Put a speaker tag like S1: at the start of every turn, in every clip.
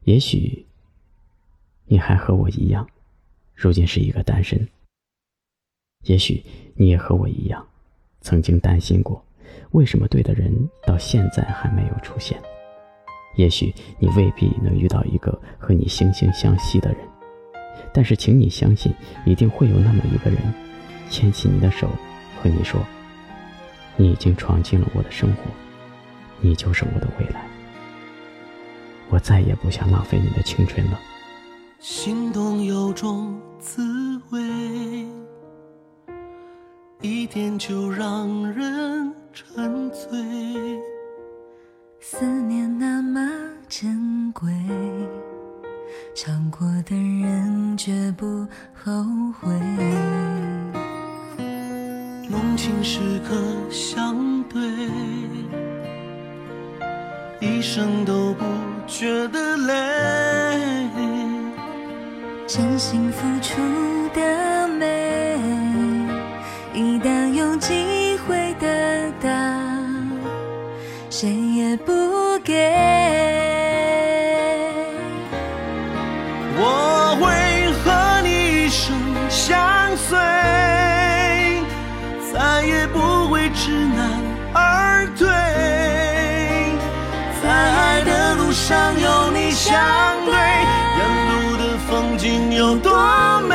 S1: 也许你还和我一样，如今是一个单身。也许你也和我一样，曾经担心过，为什么对的人到现在还没有出现。也许你未必能遇到一个和你惺惺相惜的人，但是请你相信，一定会有那么一个人牵起你的手，和你说，你已经闯进了我的生活，你就是我的未来，我再也不想浪费你的青春了。
S2: 心动有种滋味，一点就让人沉醉，
S3: 思念那么珍贵，尝过的人绝不后悔。
S2: 浓情时刻相对，一生都不觉得累，
S3: 真心付出的美，一旦有机会得到，谁也不给。
S2: 我会和你一生相随，再也不会知难而退，在爱的路上有你相对，沿路的风景有多美。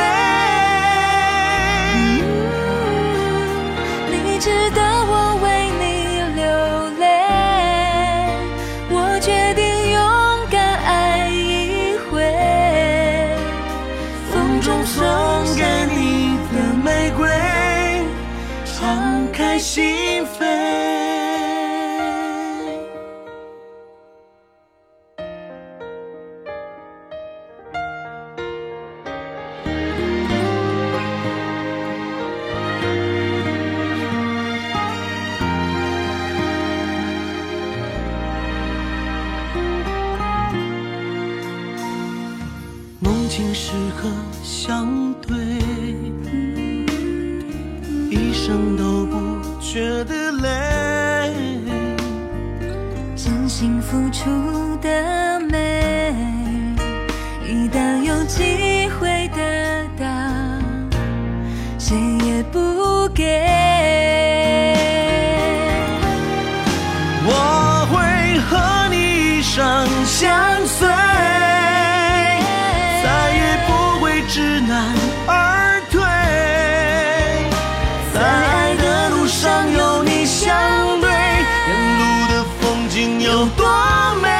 S3: 你值得我为你流泪，我决定勇敢爱一回，
S2: 风中送给你的玫瑰，敞开心扉。浓情时刻相对，一生都不觉得累，
S3: 真心付出的美，一旦有机会得到，谁也不给。
S2: 我会和你一生相随，再也不会知难而退，在爱的路上有你相对，沿路的风景有多美。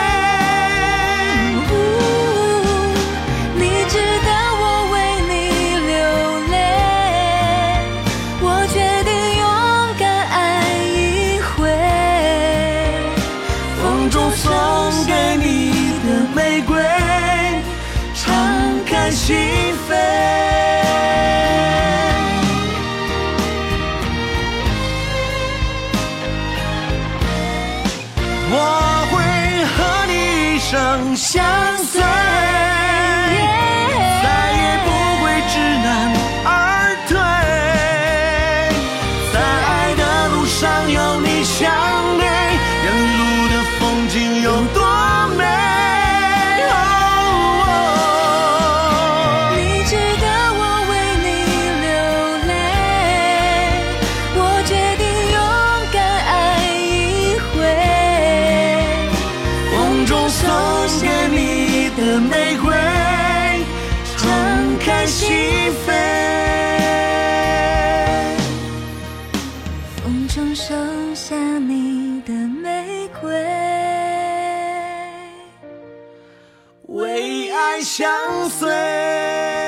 S3: 你值得我为你流泪，我决定勇敢爱一回，
S2: 风中送给你的玫瑰，敞开心扉。我会和你一生相随，再也不会知难而退，在爱的路上有你相对，沿路的风景有多美。
S3: 你值得我为你流泪，我决定勇敢爱一回，
S2: 风中送给你的玫瑰，敞开心扉。
S3: 风中收下你的玫瑰，
S2: 为爱相随。